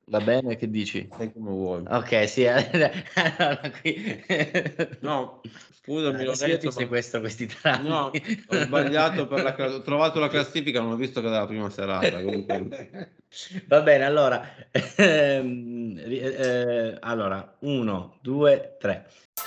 Va bene, che dici? Fai come vuoi. Ok, sì. Allora, qui... No, scusami, Adesso io ti Lorenzo, sequestro questi traumi. no, ho sbagliato ho trovato la classifica, non ho visto che era la prima serata. Comunque. Va bene, allora, allora, 1, 2, 3.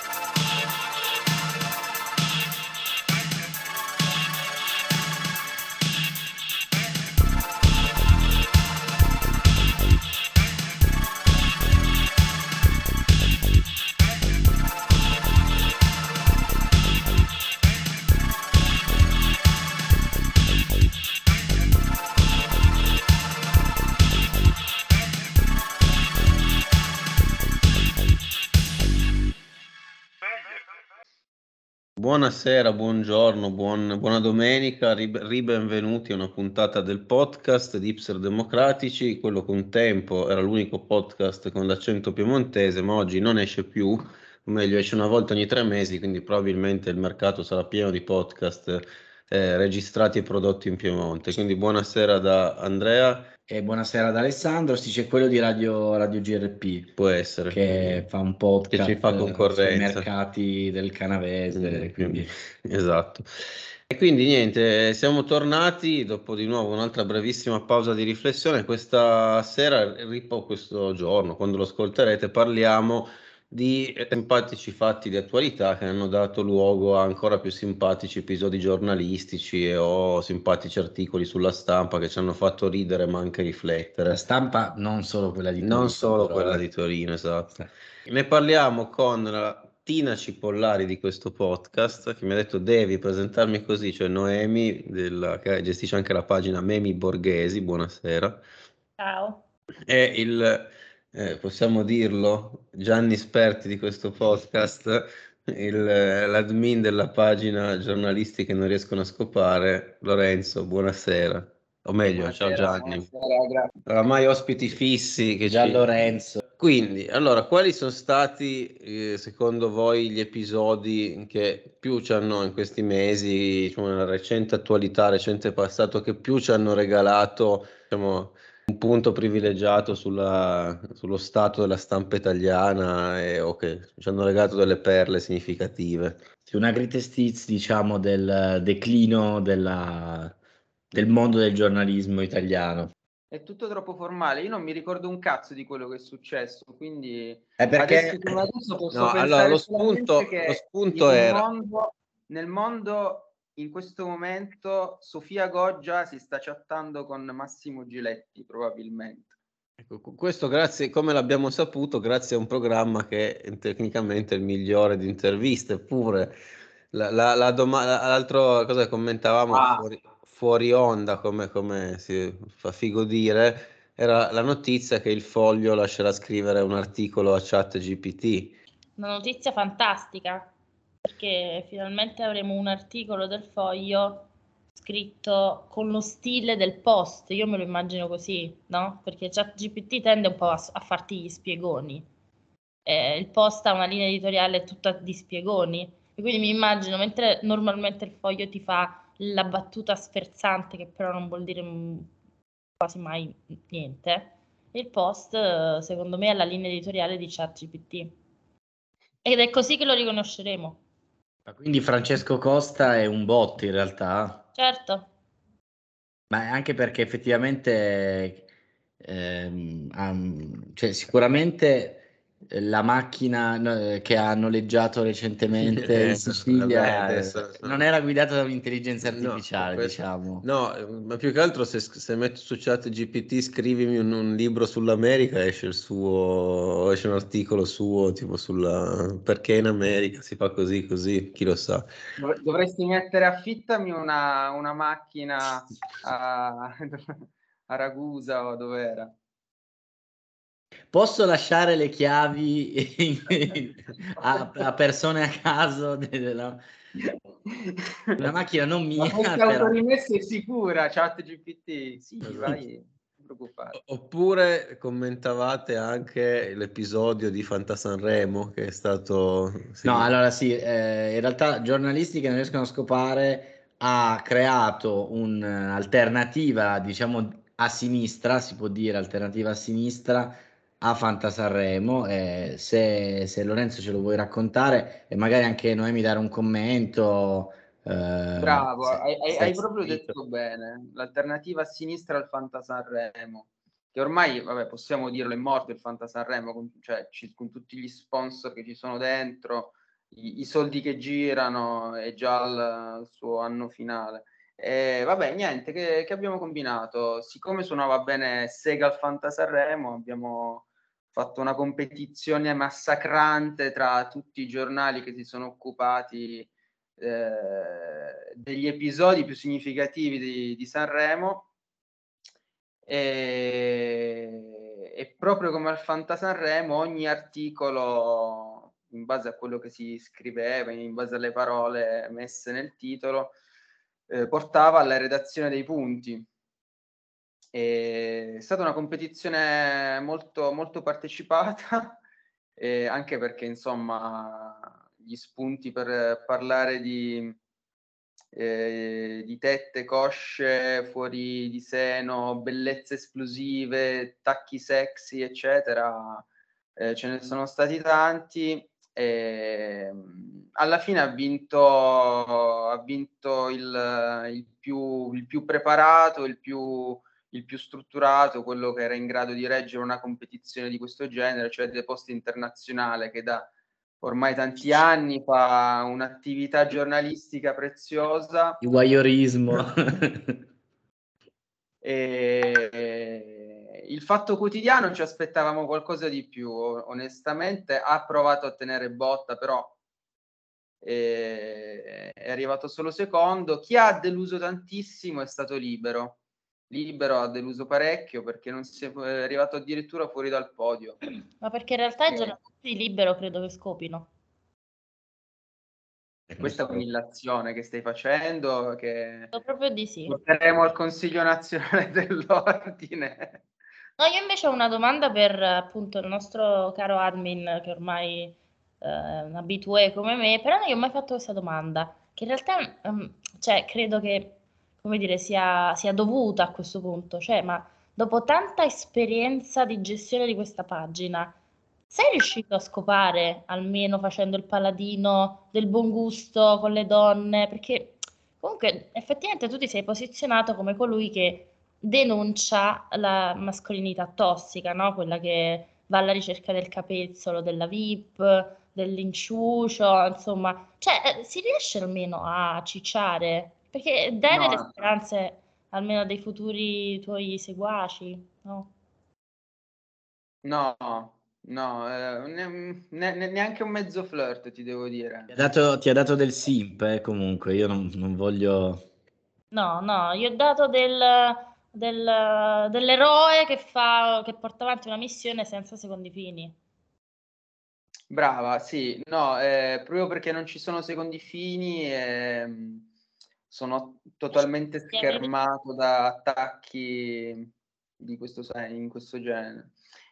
Buonasera, buongiorno, buona domenica, ribenvenuti a una puntata del podcast di Ipser Democratici, quello che un tempo era l'unico podcast con l'accento piemontese, ma oggi non esce più, o meglio esce una volta ogni 3 mesi, quindi probabilmente il mercato sarà pieno di podcast registrati e prodotti in Piemonte. Quindi buonasera da Andrea. E buonasera ad Alessandro, sì, c'è quello di Radio GRP. Può essere. Che fa un Che ci podcast fa sui concorrenza. mercati del Canavese, quindi... Esatto. E quindi niente, siamo tornati dopo di nuovo un'altra brevissima pausa di riflessione. Questa sera, questo giorno, quando lo ascolterete, parliamo di simpatici fatti di attualità che hanno dato luogo a ancora più simpatici episodi giornalistici o simpatici articoli sulla stampa che ci hanno fatto ridere ma anche riflettere. La stampa non solo quella di Torino. Non solo però, quella di Torino, esatto. Ne parliamo con la Tina Cipollari di questo podcast, che mi ha detto devi presentarmi così, cioè Noemi, che gestisce anche la pagina Memi Borghesi, buonasera. Ciao. E possiamo dirlo, Gianni Sperti di questo podcast, l'admin della pagina Giornalisti che non riescono a scopare, Lorenzo, buonasera. O meglio, buonasera, ciao Gianni. Buonasera, Oramai ospiti fissi che Gian Lorenzo. Quindi, allora, quali sono stati secondo voi gli episodi che più ci hanno in questi mesi, diciamo, nella recente attualità, recente passato, che più ci hanno regalato, diciamo, un punto privilegiato sullo stato della stampa italiana o che ci hanno regalato delle perle significative? Sì, una greatest hits, diciamo, del declino del mondo del giornalismo italiano. È tutto troppo formale, io non mi ricordo un cazzo di quello che è successo, quindi È perché adesso posso no, pensare allora, lo solamente che spunto era nel mondo in questo momento Sofia Goggia si sta chattando con Massimo Giletti, probabilmente. Ecco, questo grazie, come l'abbiamo saputo, grazie a un programma che è tecnicamente il migliore di interviste, eppure l'altro cosa che commentavamo fuori onda, come si fa figo dire, era la notizia che il Foglio lascerà scrivere un articolo a ChatGPT. Una notizia fantastica, perché finalmente avremo un articolo del Foglio scritto con lo stile del Post, io me lo immagino così, no? Perché ChatGPT tende un po' a farti gli spiegoni. Il Post ha una linea editoriale tutta di spiegoni, e quindi mi immagino, mentre normalmente il Foglio ti fa la battuta sferzante, che però non vuol dire quasi mai niente, il Post secondo me ha la linea editoriale di ChatGPT. Ed è così che lo riconosceremo. Quindi Francesco Costa è un bot in realtà? Certo. Ma anche perché effettivamente cioè, sicuramente la macchina che ha noleggiato recentemente in Sicilia non era guidata da un'intelligenza artificiale, diciamo. No, ma più che altro se metto su ChatGPT scrivimi un libro sull'America, esce un articolo suo tipo sulla perché in America si fa così, chi lo sa. Dovresti mettere affittami una macchina a Ragusa o dov'era. Posso lasciare le chiavi a persone a caso una macchina non mia, ma autorimessa è sicura, ChatGPT, sì, vai, non preoccupare. Oppure commentavate anche l'episodio di Fanta Sanremo che è stato no, allora sì, in realtà giornalisti che non riescono a scopare ha creato un'alternativa, diciamo, a sinistra, si può dire alternativa a sinistra, a Fantasanremo. Se Lorenzo ce lo vuoi raccontare e magari anche Noemi dare un commento. Bravo, hai proprio seguito. detto bene. L'alternativa a sinistra al Fantasanremo, che ormai, vabbè, possiamo dirlo, è morto il Fantasanremo, con tutti gli sponsor che ci sono dentro, i soldi che girano, è già il suo anno finale. Vabbè, niente, che abbiamo combinato? Siccome suonava bene Sega al Fantasanremo, abbiamo fatto una competizione massacrante tra tutti i giornali che si sono occupati degli episodi più significativi di Sanremo, e proprio come al Fantasanremo ogni articolo, in base a quello che si scriveva, in base alle parole messe nel titolo, portava alla redazione dei punti. È stata una competizione molto, molto partecipata, anche perché insomma gli spunti per parlare di tette, cosce, fuori di seno, bellezze esplosive, tacchi sexy, eccetera, ce ne sono stati tanti. Alla fine ha vinto il più preparato, il più strutturato, quello che era in grado di reggere una competizione di questo genere, cioè The Post Internazionale, che da ormai tanti anni fa un'attività giornalistica preziosa. Il voyeurismo. Il Fatto Quotidiano ci aspettavamo qualcosa di più, onestamente. Ha provato a tenere botta, però è arrivato solo secondo. Chi ha deluso tantissimo è stato Libero. Libero ha deluso parecchio perché non si è arrivato addirittura fuori dal podio. Ma perché in realtà i giornalisti di Libero credo che scopino. Questa è un'illazione che stai facendo, che Proprio di sì. porteremo al Consiglio Nazionale dell'Ordine. No, io invece ho una domanda per appunto il nostro caro admin, che ormai è un abitué come me, però non gli ho mai fatto questa domanda, che in realtà cioè, credo che, come dire, sia dovuta a questo punto. Cioè, ma dopo tanta esperienza di gestione di questa pagina, sei riuscito a scopare, almeno facendo il paladino del buon gusto con le donne? Perché comunque effettivamente tu ti sei posizionato come colui che denuncia la mascolinità tossica, no? Quella che va alla ricerca del capezzolo, della VIP, dell'inciucio, insomma. Cioè, si riesce almeno a cicciare? Perché dai delle No, speranze almeno dei futuri tuoi seguaci, no? no, neanche un mezzo flirt, ti devo dire. Ti ha dato del simp, comunque, io non voglio... No, no, gli ho dato dell'eroe che porta avanti una missione senza secondi fini. Brava, sì, no, proprio perché non ci sono secondi fini, sono totalmente schermato da attacchi in questo genere.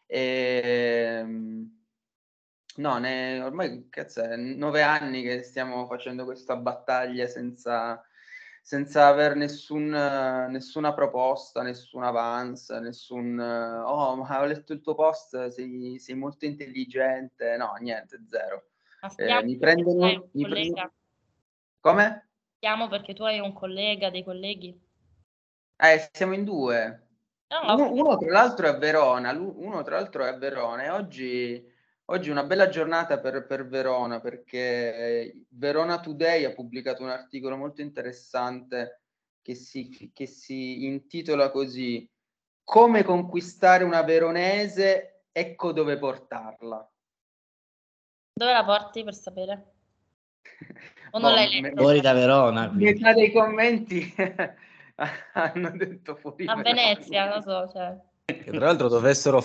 No, ormai cazzo, è 9 anni che stiamo facendo questa battaglia senza aver nessuna proposta, nessun avance, oh, ma ho letto il tuo post, sei molto intelligente. No, niente, zero. Ma stiamo Mi perché tu hai prendono... un collega. Come? Stiamo perché tu hai un collega, dei colleghi. Siamo in due. No, Uno tra l'altro è a Verona, e oggi è una bella giornata per Verona, perché Verona Today ha pubblicato un articolo molto interessante che si intitola così: Come conquistare una veronese, ecco dove portarla. dove la porti per sapere? O non Boh, l'hai letto? Fuori da Verona, quindi. metà dei commenti hanno detto fuori A Verona. Venezia, non so, cioè. Che tra l'altro dovessero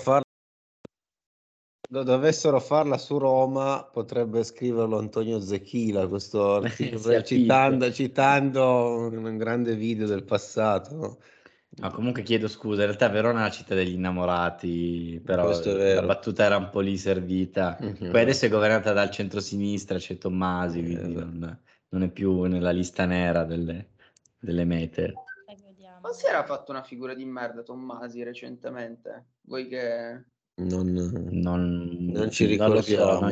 farla su Roma, potrebbe scriverlo Antonio Zecchila, questo articolo, citando un grande video del passato, no? No, comunque chiedo scusa, in realtà Verona è la città degli innamorati, però Questo è la vero. battuta era un po' lì servita. Poi adesso è governata dal centro-sinistra, c'è Tommasi, quindi non è più nella lista nera delle mete. Ma si era fatto una figura di merda Tommasi recentemente? Voi che Non ci ricordiamo.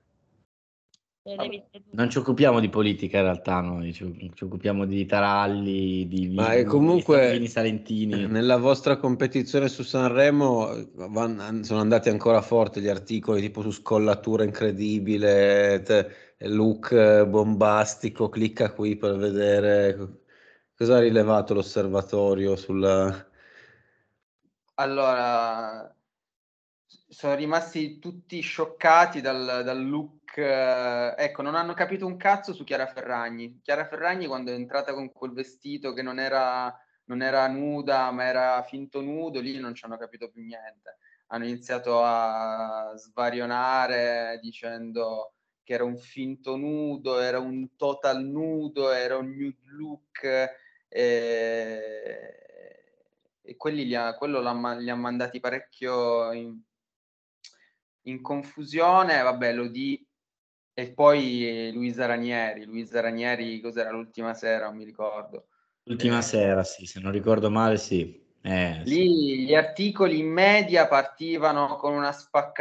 Non ci occupiamo di politica in realtà, noi ci occupiamo di taralli, di Ma vini, comunque vini salentini. nella vostra competizione su Sanremo sono andati ancora forte gli articoli tipo su scollatura incredibile, look bombastico, clicca qui per vedere. Cosa ha rilevato l'osservatorio sulla... Allora, sono rimasti tutti scioccati dal look. Ecco, non hanno capito un cazzo su Chiara Ferragni. Chiara Ferragni, quando è entrata con quel vestito che non era nuda, ma era finto nudo, lì non ci hanno capito più niente. Hanno iniziato a svarionare dicendo che era un finto nudo, era un total nudo, era un nude look. E quelli li ha mandati parecchio in confusione. Vabbè, Lodi e poi Luisa Ranieri, cos'era l'ultima sera, non mi ricordo. L'ultima sera, sì, se non ricordo male, sì. Lì Sì. gli articoli in media partivano con una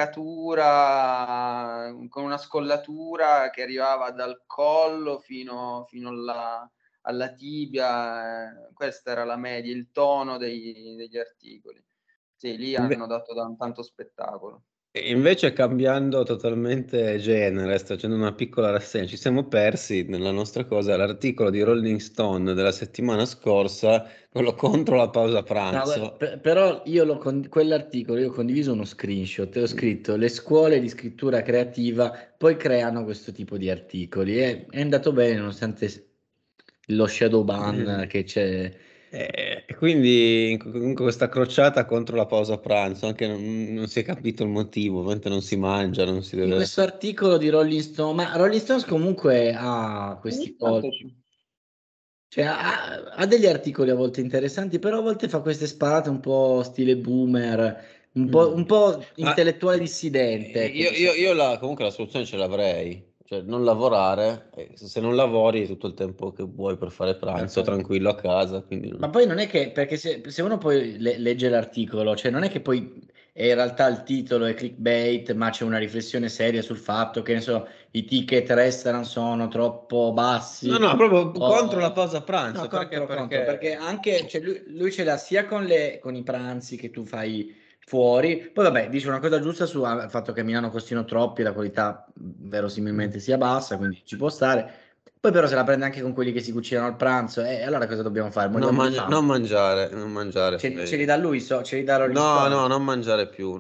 spaccatura, con una scollatura che arrivava dal collo fino alla tibia. Questa era la media, il tono degli articoli. Sì, lì hanno dato tanto spettacolo. Invece, cambiando totalmente genere, sto facendo una piccola rassegna, ci siamo persi nella nostra cosa l'articolo di Rolling Stone della settimana scorsa, quello contro la pausa pranzo. No, però io quell'articolo io ho condiviso uno screenshot e ho scritto: le scuole di scrittura creativa poi creano questo tipo di articoli, e è andato bene nonostante lo shadow ban che c'è. E quindi comunque questa crociata contro la pausa pranzo, anche non si è capito il motivo, ovviamente non si mangia, non si In deve... questo articolo di Rolling Stone, ma Rolling Stones comunque ha questi codici. Cioè, ha degli articoli a volte interessanti, però a volte fa queste sparate un po' stile boomer, un po' intellettuale dissidente. Io comunque la soluzione ce l'avrei, cioè non lavorare, se non lavori tutto il tempo che vuoi per fare pranzo, tranquillo a casa. Quindi... Ma poi non è che, perché se uno poi legge l'articolo, cioè non è che poi in realtà il titolo è clickbait, ma c'è una riflessione seria sul fatto che ne so, i ticket restaurant sono troppo bassi. No, proprio contro la pausa pranzo. No, perché anche cioè lui ce l'ha sia con i pranzi che tu fai fuori. Poi vabbè, dice una cosa giusta sul fatto che a Milano costino troppi e la qualità verosimilmente sia bassa, quindi ci può stare. Poi però se la prende anche con quelli che si cucinano al pranzo, e allora cosa dobbiamo fare? Moriamo di fame. Non mangiare. Ce li dà lui, ce li dà Rolling Stone. No, non mangiare più.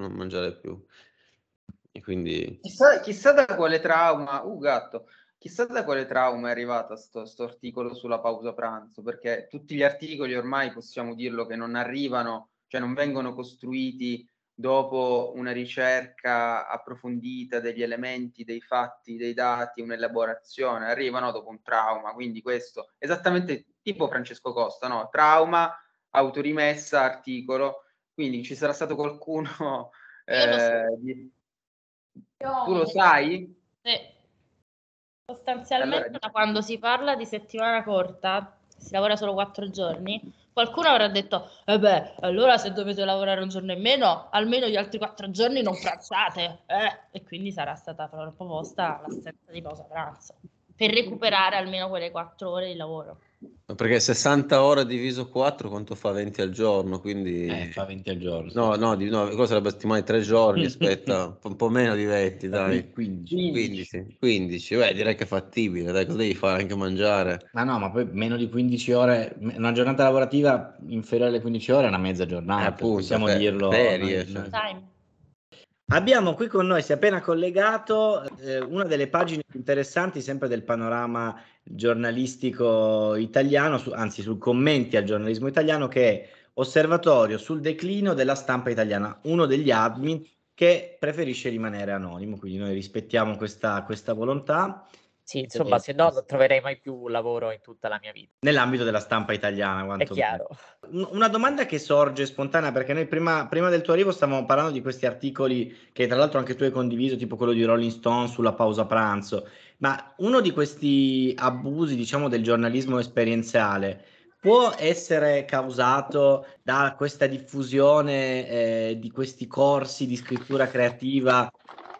E quindi... Chissà da quale trauma, gatto, chissà da quale trauma è arrivata sto articolo sulla pausa pranzo, perché tutti gli articoli ormai possiamo dirlo che non arrivano, cioè non vengono costruiti dopo una ricerca approfondita degli elementi, dei fatti, dei dati, un'elaborazione, arrivano dopo un trauma. Quindi questo, esattamente tipo Francesco Costa, no? Trauma, autorimessa, articolo. Quindi ci sarà stato qualcuno... Tu lo sai? Sì. Sostanzialmente, Allora, da quando si parla di settimana corta, si lavora solo 4 giorni, qualcuno avrà detto, allora se dovete lavorare un giorno in meno, almeno gli altri 4 giorni non pranzate. E quindi sarà stata proposta l'assenza di pausa pranzo, per recuperare almeno quelle 4 ore di lavoro. Perché 60 ore diviso 4 quanto fa 20 al giorno? Quindi... fa 20 al giorno. No, cosa sarebbe settimana di 3 giorni, aspetta, un po' meno di 20, dai. 15. Beh, direi che è fattibile, dai, cosa devi fare? Anche mangiare. Ma no, ma poi meno di 15 ore, una giornata lavorativa inferiore alle 15 ore è una mezza giornata, appunto, possiamo dirlo. Ferie, Abbiamo qui con noi, si è appena collegato, una delle pagine più interessanti sempre del panorama giornalistico italiano, anzi sul commenti al giornalismo italiano, che è Osservatorio sul declino della stampa italiana, uno degli admin che preferisce rimanere anonimo, quindi noi rispettiamo questa volontà. Sì, insomma, se no non troverei mai più lavoro in tutta la mia vita. Nell'ambito della stampa italiana, È chiaro. Una domanda che sorge spontanea, perché noi prima del tuo arrivo stavamo parlando di questi articoli che tra l'altro anche tu hai condiviso, tipo quello di Rolling Stone sulla pausa pranzo, ma uno di questi abusi, diciamo, del giornalismo esperienziale può essere causato da questa diffusione di questi corsi di scrittura creativa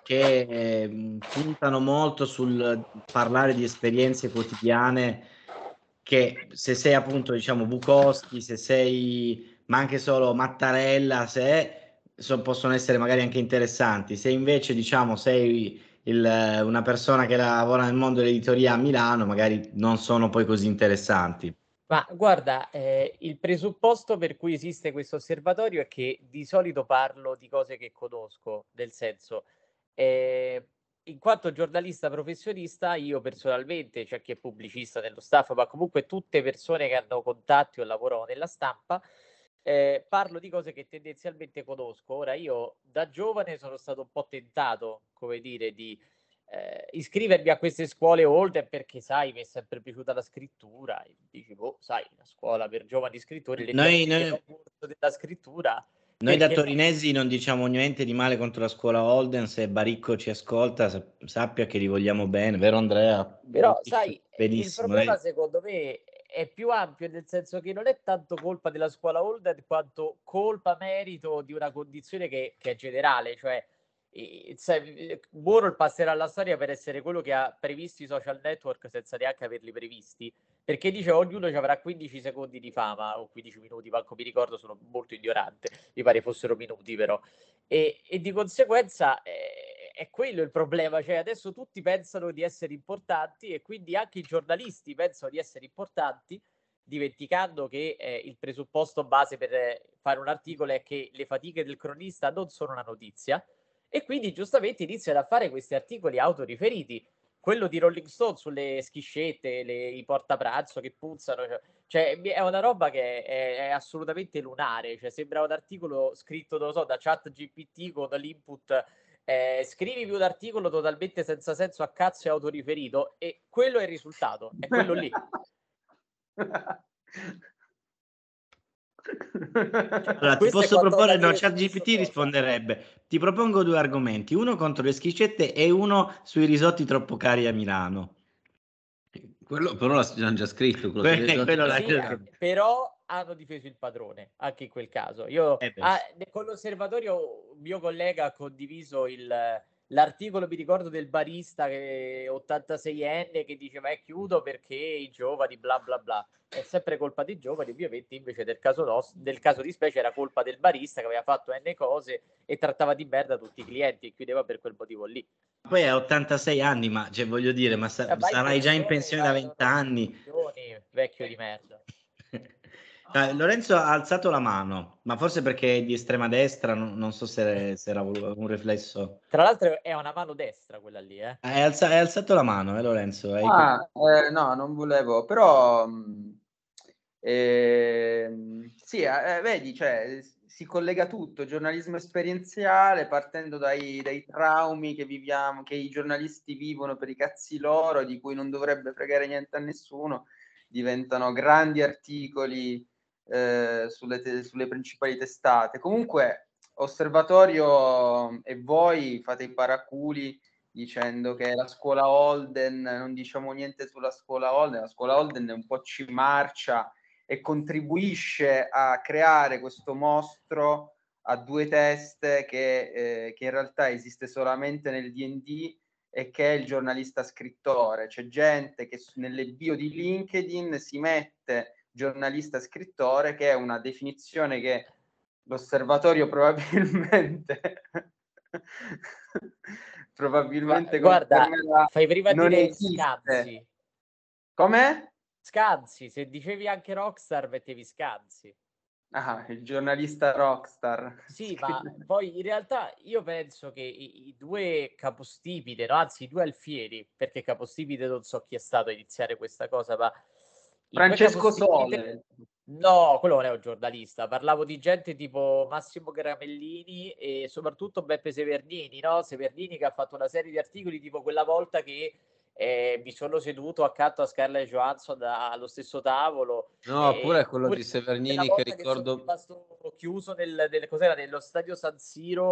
che puntano molto sul parlare di esperienze quotidiane, che se sei appunto diciamo Bukowski, se sei ma anche solo Mattarella, possono essere magari anche interessanti. Se invece diciamo sei una persona che lavora nel mondo dell'editoria a Milano, magari non sono poi così interessanti. Ma guarda, il presupposto per cui esiste questo osservatorio è che di solito parlo di cose che conosco, nel senso, in quanto giornalista professionista, io personalmente, c'è chi è pubblicista nello staff, ma comunque tutte persone che hanno contatti o lavorano nella stampa, parlo di cose che tendenzialmente conosco. Ora, io da giovane sono stato un po' tentato, come dire, di iscrivermi a queste scuole Holden perché, sai, mi è sempre piaciuta la scrittura. E dici, boh, sai, una scuola per giovani scrittori, letteralmente un corso della scrittura. Noi da Perché no? torinesi non diciamo niente di male contro la scuola Holden, se Baricco ci ascolta sappia che gli vogliamo bene, vero Andrea? Però, sai, il Benissimo. problema secondo me è più ampio, nel senso che non è tanto colpa della scuola Holden quanto colpa merito di una condizione che è generale, cioè Burrell passerà alla storia per essere quello che ha previsto i social network senza neanche averli previsti, perché dice ognuno ci avrà 15 secondi di fama o 15 minuti, manco mi ricordo, sono molto ignorante, mi pare fossero minuti però, e di conseguenza è quello il problema, cioè adesso tutti pensano di essere importanti e quindi anche i giornalisti pensano di essere importanti, dimenticando che il presupposto base per fare un articolo è che le fatiche del cronista non sono una notizia, e quindi giustamente iniziano a fare questi articoli autoriferiti. Quello di Rolling Stone sulle schiscette, i portapranzo che puzzano, cioè è una roba che è assolutamente lunare, cioè sembra un articolo scritto, non lo so, da ChatGPT con l'input scrivimi un articolo totalmente senza senso a cazzo e autoriferito, e quello è il risultato, è quello lì. Allora, ti posso proporre, no, ChatGPT risponderebbe: ti propongo 2 argomenti, uno contro le schiscette e uno sui risotti troppo cari a Milano. Quello però l'hanno già scritto. Però hanno difeso il padrone anche in quel caso. Con l'osservatorio mio collega ha condiviso l'articolo, mi ricordo, del barista che 86enne che diceva chiudo perché i giovani bla bla bla. È sempre colpa dei giovani, ovviamente. Invece del caso di specie era colpa del barista che aveva fatto n cose e trattava di merda tutti i clienti e chiudeva per quel motivo lì. Poi ha 86 anni, ma cioè, voglio dire, ma sarai già in pensione da 20 anni. Vecchio di merda. Lorenzo ha alzato la mano, ma forse perché è di estrema destra, non so se era un riflesso. Tra l'altro è una mano destra quella lì, Hai alzato la mano, Lorenzo? No, non volevo, però sì, vedi, cioè, si collega tutto, giornalismo esperienziale, partendo dai traumi che viviamo, che i giornalisti vivono per i cazzi loro, di cui non dovrebbe fregare niente a nessuno, diventano grandi articoli sulle principali testate. Comunque, Osservatorio e voi fate i paraculi dicendo che la scuola Holden, non diciamo niente sulla scuola Holden, la scuola Holden è un po' ci marcia e contribuisce a creare questo mostro a 2 teste che in realtà esiste solamente nel D&D e che è il giornalista scrittore. C'è gente che nelle bio di LinkedIn si mette giornalista scrittore, che è una definizione che l'osservatorio probabilmente guarda, fai prima non dire esiste. Scanzi. Come? Scanzi, se dicevi anche Rockstar mettevi Scanzi. Ah, il giornalista Rockstar. Sì, ma poi in realtà io penso che i 2 capostipite, no? Anzi i 2 alfieri, perché capostipite non so chi è stato a iniziare questa cosa, ma Francesco Sole. No, quello non è un giornalista, parlavo di gente tipo Massimo Gramellini e soprattutto Beppe Severnini, no? Severnini che ha fatto una serie di articoli tipo quella volta che mi sono seduto accanto a Scarlett Johansson allo stesso tavolo. No, pure quello di Severnini che ricordo... Che sono rimasto chiuso cos'era, nello stadio San Siro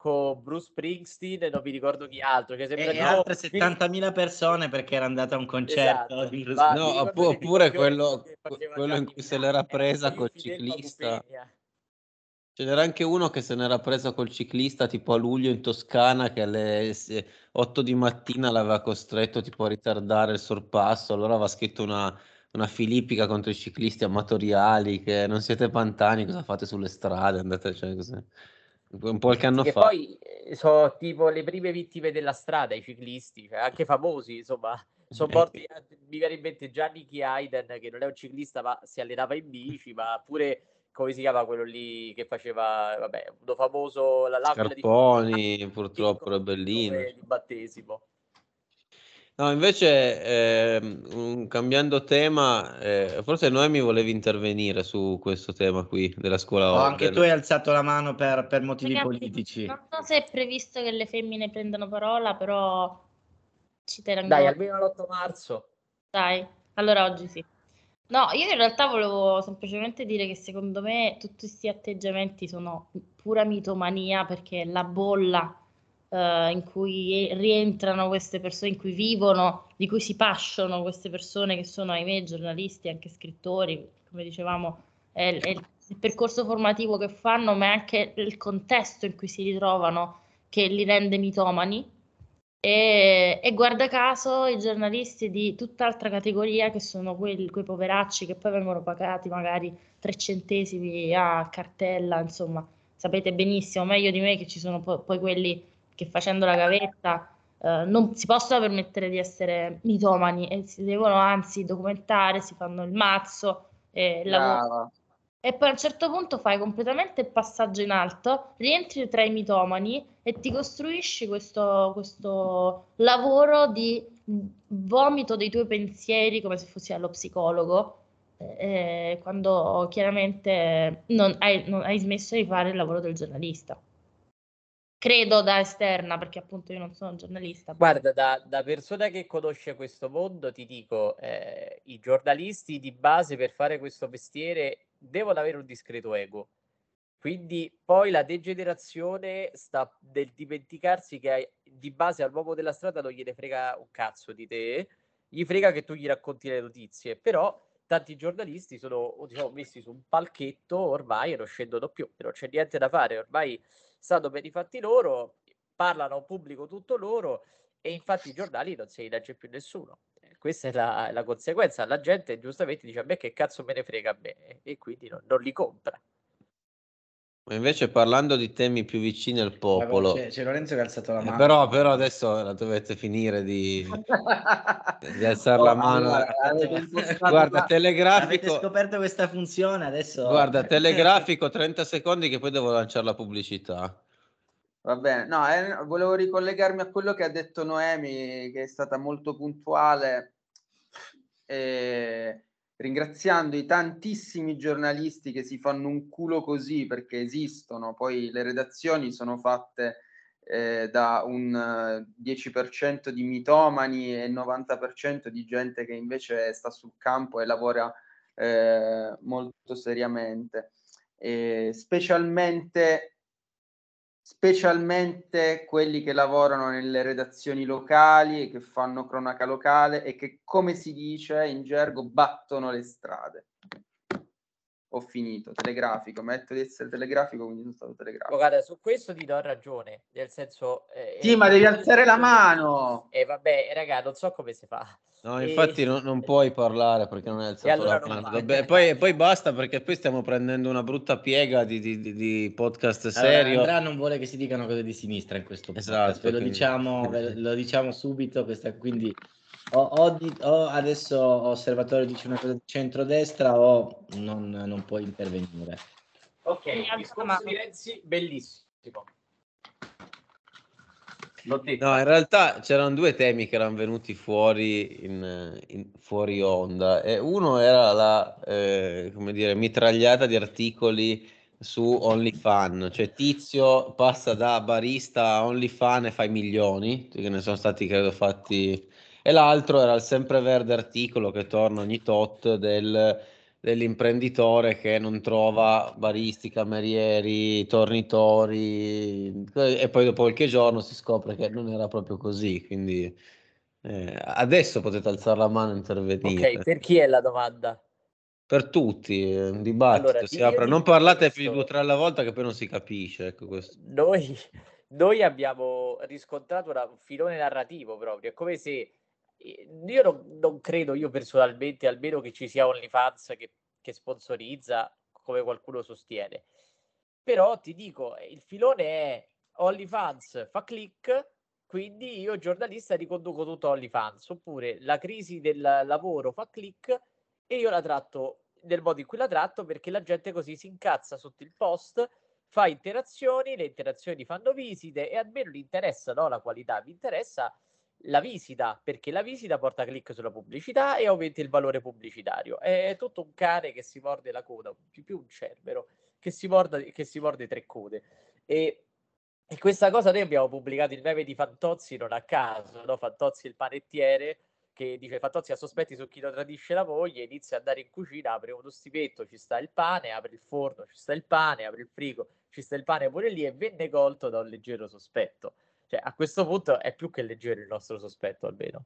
con Bruce Springsteen e non mi ricordo chi altro. Cioè, e altre 70.000 persone perché era andata a un concerto Esatto. di Bruce Ma No, mi ricordo oppure l'episodio quello, che faceva quello in Gianni cui se l'era presa io col Fidel ciclista. Pagupegna. Ce n'era anche uno che se n'era presa col ciclista tipo a luglio in Toscana, che alle 8 di mattina l'aveva costretto tipo a ritardare il sorpasso. Allora aveva scritto una filippica contro i ciclisti amatoriali, che non siete pantani, cosa fate sulle strade? Andate, cioè, così. Un po' qualche anno Che fa. poi sono tipo le prime vittime della strada, i ciclisti, cioè anche famosi, insomma, sono morti. Mi viene in mente Gianni Hayden, che non è un ciclista, ma si allenava in bici, ma pure, come si chiama quello lì che faceva, vabbè, uno famoso, l'aquila di Scarponi, purtroppo, il Rebellino. nome di battesimo. No, invece, cambiando tema, forse Noemi volevi intervenire su questo tema qui della scuola anche tu hai alzato la mano per motivi Ragazzi, politici. non so se è previsto che le femmine prendano parola, però ci tengo. Dai, almeno l'8 marzo. Dai, allora oggi sì. No, io in realtà volevo semplicemente dire che secondo me tutti questi atteggiamenti sono pura mitomania, perché la bolla in cui rientrano queste persone, in cui vivono, di cui si pasciono queste persone che sono, ahimè, giornalisti, anche scrittori, come dicevamo, è il percorso formativo che fanno, ma è anche il contesto in cui si ritrovano che li rende mitomani. E guarda caso i giornalisti di tutt'altra categoria, che sono quei poveracci che poi vengono pagati magari 3 centesimi a cartella, insomma, sapete benissimo, meglio di me, che ci sono poi quelli che facendo la gavetta non si possono permettere di essere mitomani e si devono anzi documentare, si fanno il mazzo, lavorano. Brava. E poi a un certo punto fai completamente il passaggio in alto, rientri tra i mitomani e ti costruisci questo lavoro di vomito dei tuoi pensieri come se fossi allo psicologo, quando chiaramente non hai smesso di fare il lavoro del giornalista. Credo da esterna, perché appunto io non sono giornalista. Guarda, da persona che conosce questo mondo, ti dico, i giornalisti di base per fare questo mestiere devono avere un discreto ego. Quindi poi la degenerazione sta nel dimenticarsi che di base all'uomo della strada non gliene frega un cazzo di te, gli frega che tu gli racconti le notizie, però tanti giornalisti sono, diciamo, messi su un palchetto ormai e non scendono più, non c'è niente da fare, ormai stanno per i fatti loro, parlano a un pubblico tutto loro e infatti i giornali non se li legge più nessuno. Questa è la conseguenza. La gente giustamente dice: a me che cazzo me ne frega a me, e quindi non li compra. Ma invece parlando di temi più vicini al popolo, C'è Lorenzo che ha alzato la mano. però adesso la dovete finire di alzare la mano. Allora, Guarda, Avete telegrafico, scoperto questa funzione, adesso... guarda, telegrafico 30 secondi che poi devo lanciare la pubblicità. Va bene, no, volevo ricollegarmi a quello che ha detto Noemi, che è stata molto puntuale, ringraziando i tantissimi giornalisti che si fanno un culo così, perché esistono, poi le redazioni sono fatte da un 10% di mitomani e il 90% di gente che invece sta sul campo e lavora molto seriamente, specialmente quelli che lavorano nelle redazioni locali e che fanno cronaca locale e che, come si dice in gergo, battono le strade. Ho finito, telegrafico, metto di essere telegrafico, quindi sono stato telegrafico. Guarda, su questo ti do ragione, nel senso... Sì, ma devi alzare la mano! E vabbè, raga, non so come si fa. No, infatti non puoi parlare perché non hai alzato allora la non mano. parlo. Poi basta, perché poi stiamo prendendo una brutta piega di podcast Allora, serio. Andrea non vuole che si dicano cose di sinistra in questo podcast. Esatto, Lo diciamo subito, quindi o adesso Osservatorio dice una cosa di centrodestra o non puoi intervenire. Ok, discorso di Renzi, bellissimo. L'ho detto. No, in realtà c'erano due temi che erano venuti fuori fuori onda, e uno era la come dire, mitragliata di articoli su OnlyFans, cioè Tizio passa da barista a OnlyFans e fa i milioni, che ne sono stati credo fatti, e l'altro era il sempreverde articolo che torna ogni tot del dell'imprenditore che non trova baristi, camerieri, tornitori, e poi dopo qualche giorno si scopre che non era proprio così, quindi adesso potete alzare la mano e intervenire. Ok, per chi è la domanda? Per tutti, è un Allora, dibattito, si io apre. Non dico parlate più di questo. 2 o 3 alla volta che poi non si capisce, ecco questo. Noi abbiamo riscontrato un filone narrativo proprio, è come se io non credo, io personalmente, almeno che ci sia OnlyFans che sponsorizza, come qualcuno sostiene. Però ti dico, il filone è OnlyFans fa click, quindi io giornalista riconduco tutto a OnlyFans, oppure la crisi del lavoro fa click e io la tratto nel modo in cui la tratto, perché la gente così si incazza sotto il post, fa interazioni, le interazioni fanno visite e almeno gli interessa, no, la qualità, mi interessa la visita, perché la visita porta click sulla pubblicità e aumenta il valore pubblicitario. È tutto un cane che si morde la coda, più un cerbero che si morde 3 code. E questa cosa noi abbiamo pubblicato il meme di Fantozzi non a caso, no? Fantozzi il panettiere che dice: Fantozzi ha sospetti su chi lo tradisce la moglie, inizia ad andare in cucina, apre uno stipetto, ci sta il pane, apre il forno, ci sta il pane, apre il frigo, ci sta il pane pure lì, e venne colto da un leggero sospetto. Cioè, a questo punto è più che leggero il nostro sospetto, almeno.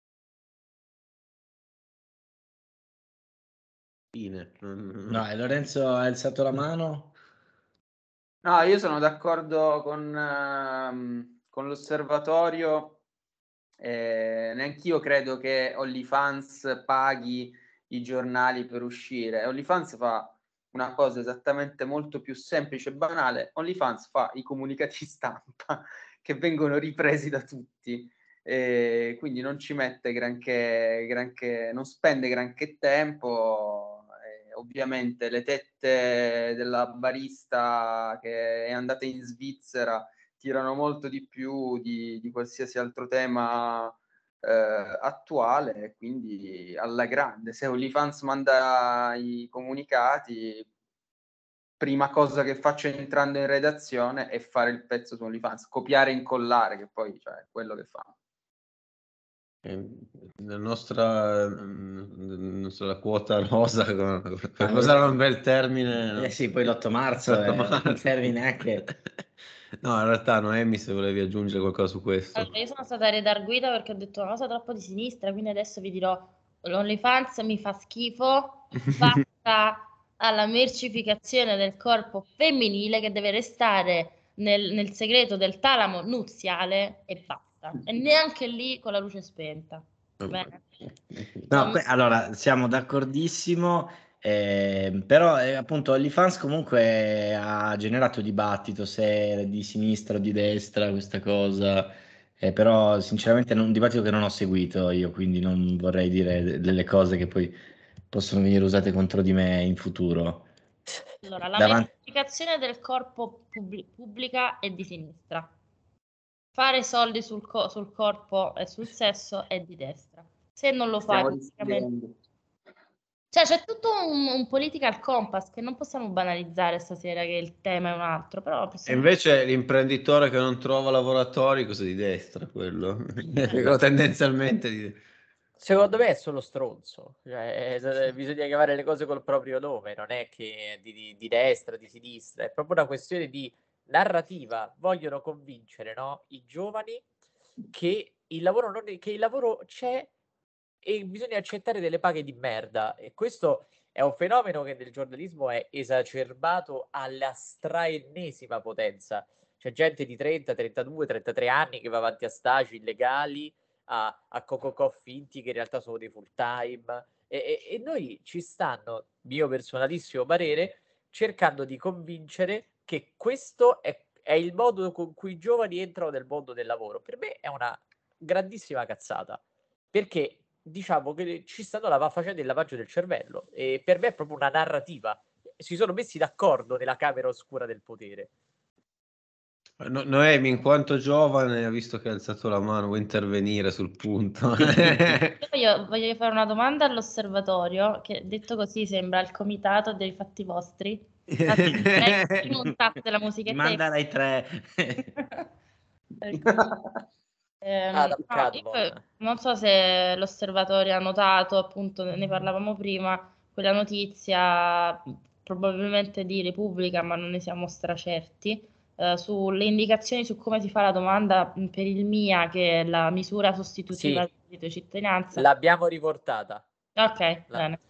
Fine. No, e Lorenzo ha alzato la mano. No, io sono d'accordo con l'osservatorio. Neanch'io credo che OnlyFans paghi i giornali per uscire. OnlyFans fa una cosa esattamente molto più semplice e banale. OnlyFans fa i comunicati stampa che vengono ripresi da tutti. Quindi non ci mette granché, non spende granché tempo. Ovviamente le tette della barista che è andata in Svizzera tirano molto di più di qualsiasi altro tema attuale, quindi alla grande. Se OnlyFans manda i comunicati, prima cosa che faccio entrando in redazione è fare il pezzo su OnlyFans, copiare e incollare, che poi è quello che fa. La nostra quota rosa, per usare un bel termine. Sì, poi l'8 marzo è un termine anche. No, in realtà Noemi, se volevi aggiungere qualcosa su questo. Allora, io sono stata redarguita perché ho detto una cosa troppo di sinistra, quindi adesso vi dirò: l'OnlyFans mi fa schifo, basta alla mercificazione del corpo femminile che deve restare nel segreto del talamo nuziale e basta. E neanche lì con la luce spenta. Bene. No, allora siamo d'accordissimo, però appunto OnlyFans comunque ha generato dibattito se è di sinistra o di destra questa cosa, però sinceramente è un dibattito che non ho seguito io, quindi non vorrei dire delle cose che poi possono venire usate contro di me in futuro. Allora, la Davanti- mercificazione del corpo pubblica è di sinistra. Fare soldi sul corpo e sul sesso è di destra. Se non lo fai Stiamo pubblicamente. discutendo. Cioè, c'è tutto un political compass che non possiamo banalizzare stasera, che il tema è un altro, però E possiamo... invece l'imprenditore che non trova lavoratori, cosa di destra quello? Quello tendenzialmente Secondo me è solo stronzo, cioè, bisogna chiamare le cose col proprio nome, non è che è di destra, di sinistra, è proprio una questione di narrativa. Vogliono convincere, no, i giovani che il lavoro, che il lavoro c'è e bisogna accettare delle paghe di merda. E questo è un fenomeno che nel giornalismo è esacerbato alla straennesima potenza. C'è gente di 30, 32, 33 anni che va avanti a stagi illegali, a co finti che in realtà sono dei full time, e noi ci stanno, mio personalissimo parere, cercando di convincere che questo è il modo con cui i giovani entrano nel mondo del lavoro. Per me è una grandissima cazzata, perché diciamo che ci stanno facendo il lavaggio del cervello, e per me è proprio una narrativa. Si sono messi d'accordo nella camera oscura del potere. Noemi, in quanto giovane, visto che ha alzato la mano, vuoi intervenire sul punto? Voglio fare una domanda all'osservatorio, che detto così sembra il comitato dei fatti vostri. Montate la musichetta. Manda dai 3. No, io non so se l'osservatorio ha notato, appunto, ne parlavamo prima, quella notizia, probabilmente di Repubblica, ma non ne siamo stracerti, sulle indicazioni su come si fa la domanda per il MIA, che è la misura sostitutiva del reddito di cittadinanza. L'abbiamo riportata. Ok, bene.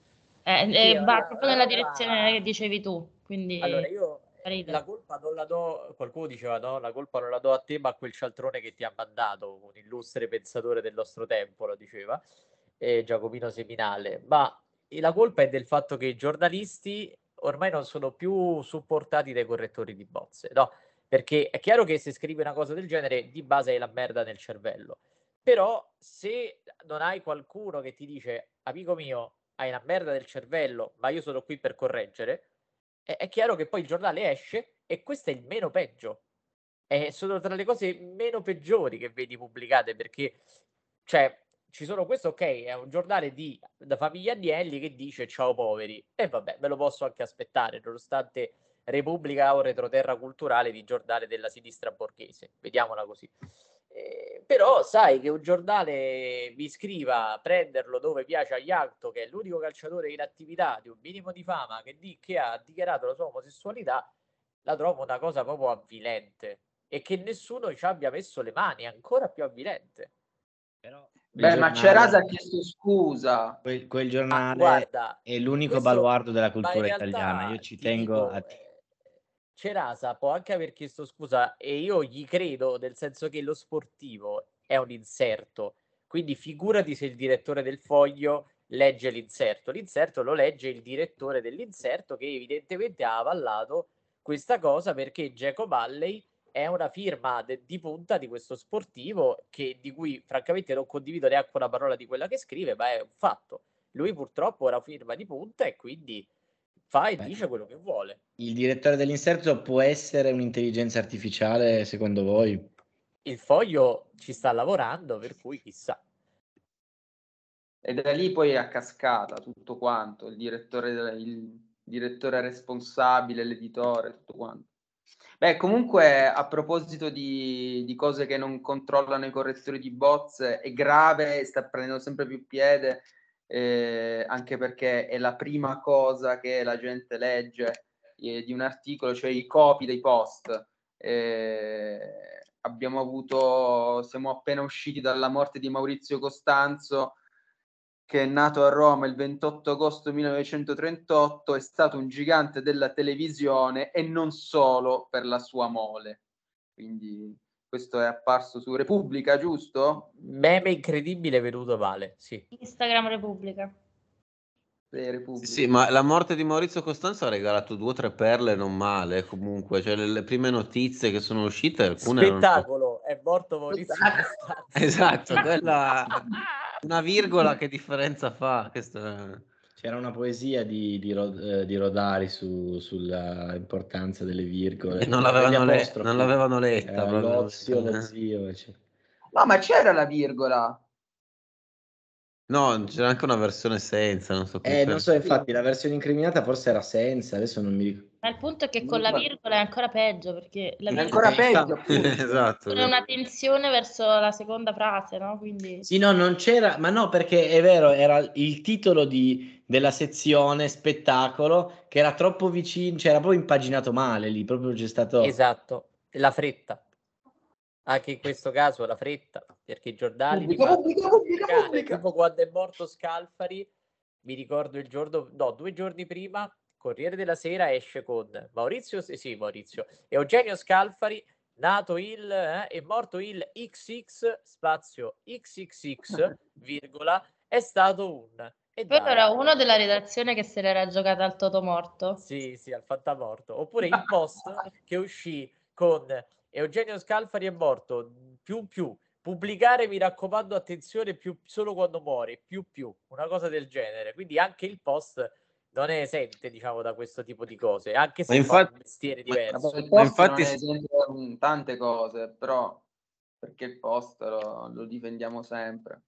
Va proprio nella direzione che dicevi tu, quindi... Allora, io la colpa non la do, qualcuno diceva no, la colpa non la do a te, ma a quel cialtrone che ti ha mandato, un illustre pensatore del nostro tempo, lo diceva, Giacomino Seminale, ma la colpa è del fatto che i giornalisti ormai non sono più supportati dai correttori di bozze, no? Perché è chiaro che se scrivi una cosa del genere, di base hai la merda nel cervello, però se non hai qualcuno che ti dice, amico mio, hai una merda nel cervello, ma io sono qui per correggere, è chiaro che poi il giornale esce e questo è il meno peggio. Sono tra le cose meno peggiori che vedi pubblicate, perché cioè ci sono questo, ok, è un giornale da famiglia Agnelli che dice ciao poveri, e vabbè, me lo posso anche aspettare, nonostante Repubblica o retroterra culturale di giornale della sinistra borghese, vediamola così. Però sai che un giornale vi scriva prenderlo dove piace a Iacto, che è l'unico calciatore in attività di un minimo di fama che ha dichiarato la sua omosessualità, la trovo una cosa proprio avvilente, e che nessuno ci abbia messo le mani, è ancora più avvilente. Però ma Cerasa ha chiesto scusa. Quel giornale guarda, è l'unico baluardo della cultura italiana. Io ci tengo a... Cerasa può anche aver chiesto scusa, e io gli credo, nel senso che lo sportivo è un inserto, quindi figurati se il direttore del Foglio legge l'inserto lo legge il direttore dell'inserto, che evidentemente ha avallato questa cosa, perché Jacob Halley è una firma di punta di questo sportivo, di cui francamente non condivido neanche una parola di quella che scrive, ma è un fatto. Lui purtroppo è una firma di punta e quindi fa e dice quello che vuole. Il direttore dell'inserto può essere un'intelligenza artificiale, secondo voi? Il Foglio ci sta lavorando, per cui chissà. E da lì poi è a cascata tutto quanto, il direttore responsabile, l'editore, tutto quanto. Beh, comunque, a proposito di cose che non controllano i correttori di bozze, è grave, sta prendendo sempre più piede, anche perché è la prima cosa che la gente legge di un articolo, cioè i copy dei post. Siamo appena usciti dalla morte di Maurizio Costanzo, che è nato a Roma il 28 agosto 1938, è stato un gigante della televisione e non solo per la sua mole. Quindi questo è apparso su Repubblica, giusto? Meme incredibile venuto male, sì. Instagram Repubblica. Sì, ma la morte di Maurizio Costanzo ha regalato 2 o 3 perle non male, comunque, cioè le prime notizie che sono uscite, alcune spettacolo, è morto Maurizio Costanzo. Esatto, quella una virgola che differenza fa? C'era una poesia di Rodari sulla importanza delle virgole. Non l'avevano letta. L'ozio, lo zio. No, ma c'era la virgola. No, c'era anche una versione senza, non so non so, infatti la versione incriminata forse era senza, adesso non mi ricordo. Ma il punto è che con la virgola è ancora peggio, perché la è ancora peggio. Esatto. C'è una tensione verso la seconda frase, no? Quindi... Sì, no, non c'era, ma no, perché è vero, era il titolo della sezione spettacolo che era troppo vicino, cioè era proprio impaginato male lì, proprio c'è stato... Esatto, la fretta. Anche in questo caso la fretta, perché i giornali pubblica. tipo quando è morto Scalfari, mi ricordo il giorno, no, 2 giorni prima, Corriere della Sera esce con Maurizio, Eugenio Scalfari, nato è morto il XX spazio XXX, virgola, è stato un... Poi era uno della redazione che se l'era giocata al Totomorto. Sì, al fantamorto. Oppure il post che uscì con Eugenio Scalfari è morto, più. Pubblicare, mi raccomando, attenzione, più solo quando muore, più. Una cosa del genere. Quindi anche il post non è esente, diciamo, da questo tipo di cose, anche se fa un mestiere diverso. Il post infatti non è esente da tante cose, però perché il post lo difendiamo sempre.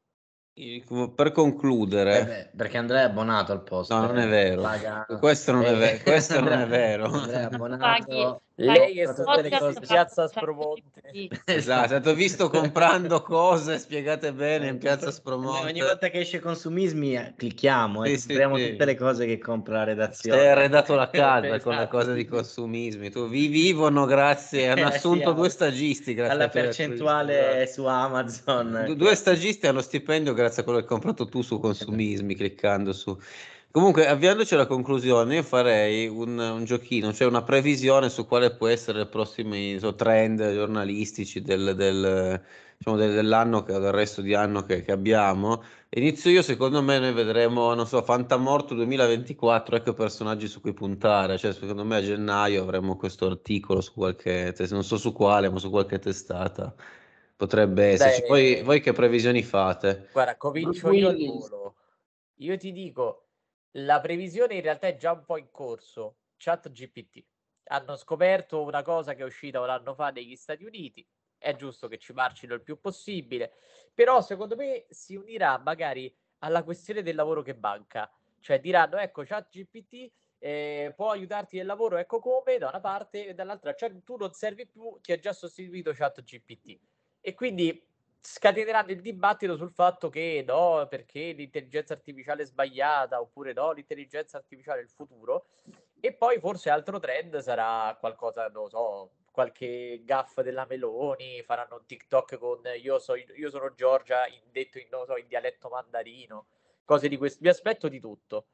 Per concludere, perché Andrea è abbonato al post. No, non è vero. Questo non è vero. Questo non è vero. Andrea è abbonato Lei è tutte stata le in cose. piazza Chat Aspromonte. GPT. Esatto, è stato visto comprando cose spiegate bene in piazza Ogni Aspromonte. volta che esce consumismi clicchiamo e Sì, sì, compriamo sì. tutte le cose che compra la Si è redazione. arredato la casa con le Esatto. cose di consumismi. Tu vivono grazie, hanno assunto Sì, 2 stagisti grazie alla ai tuoi percentuale acquisti. su Amazon. 2 stagisti hanno stipendio grazie a quello che hai comprato tu su consumismi, cliccando su. Comunque, avviandoci alla conclusione, io farei un giochino, cioè una previsione su quale può essere i prossimi trend giornalistici diciamo, dell'anno, del resto di anno che abbiamo. Inizio io, secondo me noi vedremo, non so, Fantamorto 2024, ecco i personaggi su cui puntare, cioè secondo me a gennaio avremo questo articolo su qualche, non so su quale, ma su qualche testata, potrebbe esserci. Beh, Voi che previsioni fate? guarda, Bruce comincio io al Willis. volo. Io ti dico, la previsione in realtà è già un po' in corso. ChatGPT. Hanno scoperto una cosa che è uscita un anno fa negli Stati Uniti. È giusto che ci marcino il più possibile, però secondo me si unirà magari alla questione del lavoro che manca. Cioè diranno, ecco, ChatGPT può aiutarti nel lavoro, ecco come, da una parte, e dall'altra, cioè, tu non servi più, ti ha già sostituito ChatGPT. E quindi scateneranno il dibattito sul fatto che no, perché l'intelligenza artificiale è sbagliata, oppure no, l'intelligenza artificiale è il futuro. E poi forse altro trend sarà qualcosa, non lo so, qualche gaff della Meloni, faranno un TikTok con io sono Giorgia, detto in, non lo so, in dialetto mandarino, cose di questo. Vi aspetto di tutto.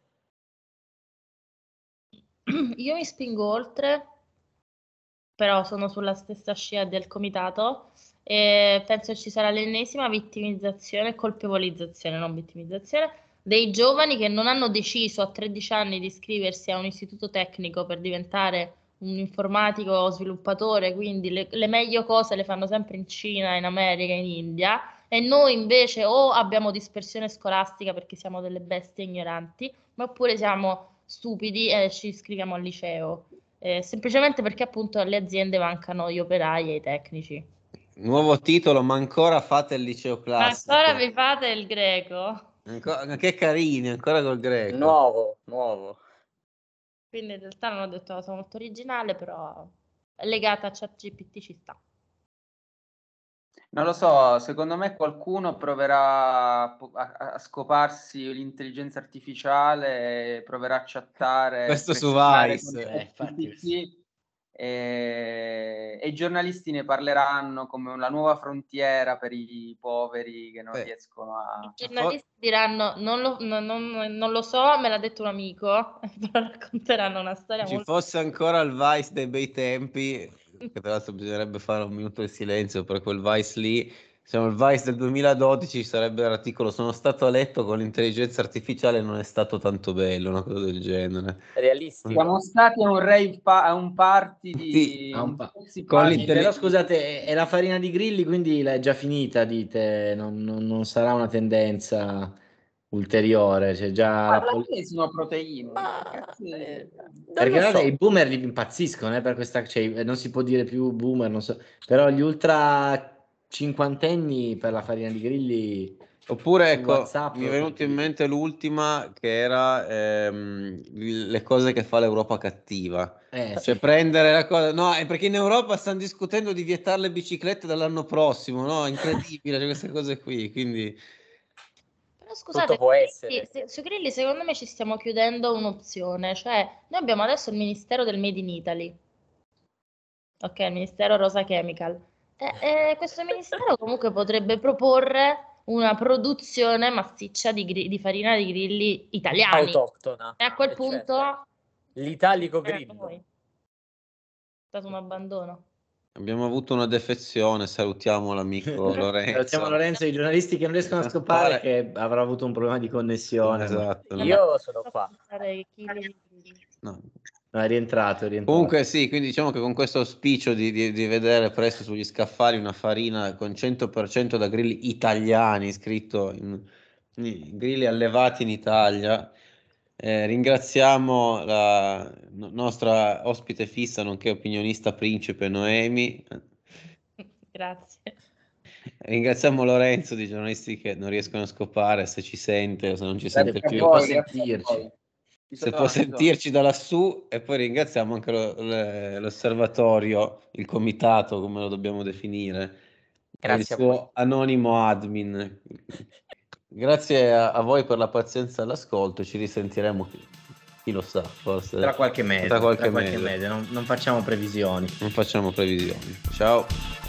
Io mi spingo oltre, però sono sulla stessa scia del comitato e penso ci sarà l'ennesima vittimizzazione, colpevolizzazione, non vittimizzazione, dei giovani che non hanno deciso a 13 anni di iscriversi a un istituto tecnico per diventare un informatico o sviluppatore, quindi le meglio cose le fanno sempre in Cina, in America, in India, e noi invece o abbiamo dispersione scolastica perché siamo delle bestie ignoranti, oppure siamo stupidi e ci iscriviamo al liceo. Semplicemente perché appunto alle aziende mancano gli operai e i tecnici. Nuovo titolo, ma ancora fate il liceo Ma ancora classico. vi fate il greco? Che carini, ancora col greco. Nuovo. Quindi in realtà non ho detto una cosa molto originale, però legata a ChatGPT ci sta. Non lo so, secondo me qualcuno proverà a scoparsi l'intelligenza artificiale, proverà a chattare, Questo su flirtare con Vice. Infatti. ChatGPT e i giornalisti ne parleranno come una nuova frontiera per i poveri che non Beh, riescono a... I giornalisti diranno non lo so, me l'ha detto un amico, però racconteranno una storia ci molto... fosse ancora il Vice dei bei tempi, che tra l'altro bisognerebbe fare un minuto di silenzio per quel Vice lì. Siamo il Vice del 2012, ci sarebbe l'articolo sono stato a letto con l'intelligenza artificiale, non è stato tanto bello, una cosa del genere. Realistico. Siamo stati a un rave a un party Sì, di Ah, un sexy con party. Però scusate, è la farina di grilli, quindi è già finita, dite, non sarà una tendenza ulteriore, c'è già la Alla fine sono proteine. Ma, non Perché lo guarda, so. i boomer li impazziscono per questa, cioè, non si può dire più boomer, non so, però gli ultra cinquantenni per la farina di grilli Oppure, su ecco, WhatsApp. mi è venuto in mente l'ultima che era le cose che fa l'Europa cattiva. Cioè Sì. prendere la cosa... No, è perché in Europa stanno discutendo di vietare le biciclette dall'anno prossimo, no? Incredibile, cioè, queste cose qui, quindi... Però Tutto scusate, può essere. su Grilli secondo me ci stiamo chiudendo un'opzione, cioè noi abbiamo adesso il Ministero del Made in Italy, ok, il Ministero Rosa Chemical, e questo Ministero comunque potrebbe proporre una produzione massiccia di farina di grilli italiani, Autoctona. e a quel Certo. punto L'italico era grillo. noi. È stato un abbandono. Abbiamo avuto una defezione, salutiamo l'amico Salutiamo Lorenzo. Lorenzo, i giornalisti che non riescono a scopare che avrà avuto un problema di connessione, ma Esatto. Io sono qua. No. è rientrato, è rientrato. Comunque sì, quindi diciamo che con questo auspicio di vedere presto sugli scaffali una farina con 100% da grilli italiani, scritto in grilli allevati in Italia, ringraziamo la nostra ospite fissa, nonché opinionista principe Noemi. Grazie. Ringraziamo Lorenzo di giornalisti che non riescono a scopare se ci sente o se non ci sente Grazie a più. Può voi, grazie a sentirci. voi. se può sentirci da lassù, e poi ringraziamo anche l'osservatorio, il comitato, come lo dobbiamo definire, Grazie il a voi. suo anonimo admin. Grazie a voi per la pazienza all'ascolto, ci risentiremo, chi lo sa, forse Tra qualche mese, tra qualche mese. Non facciamo previsioni. Non facciamo previsioni. Ciao.